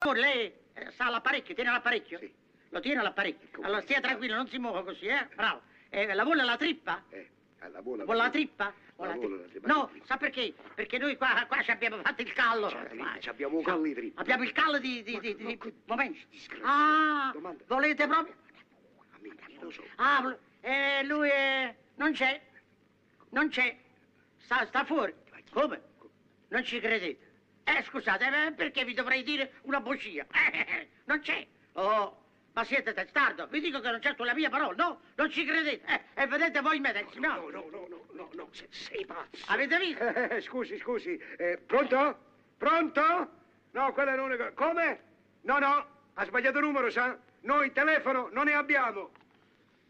Lei sa l'apparecchio, tiene l'apparecchio? Sì. Lo tiene l'apparecchio? Allora stia tranquillo, non si muova così, Bravo. La vuole la trippa? Alla vola. Vuole la trippa? La vola, la trippa. No, sa perché? Perché noi qua ci abbiamo fatto il callo. Ci abbiamo un callo di trippa. Abbiamo il callo di... Momento. Domanda. Volete proprio? Non lo so. Lui non c'è. Non c'è. Sta fuori. Come? Non ci credete? Scusate, perché vi dovrei dire una bugia? Non c'è. Oh, ma siete testardo. Vi dico che non c'è sulla mia parola. No, non ci credete. E vedete voi medesimi. No, sei pazzo. Avete visto? Scusi. Pronto? Pronto? No, quella non è... Come? No, ha sbagliato numero, sa? Noi telefono non ne abbiamo.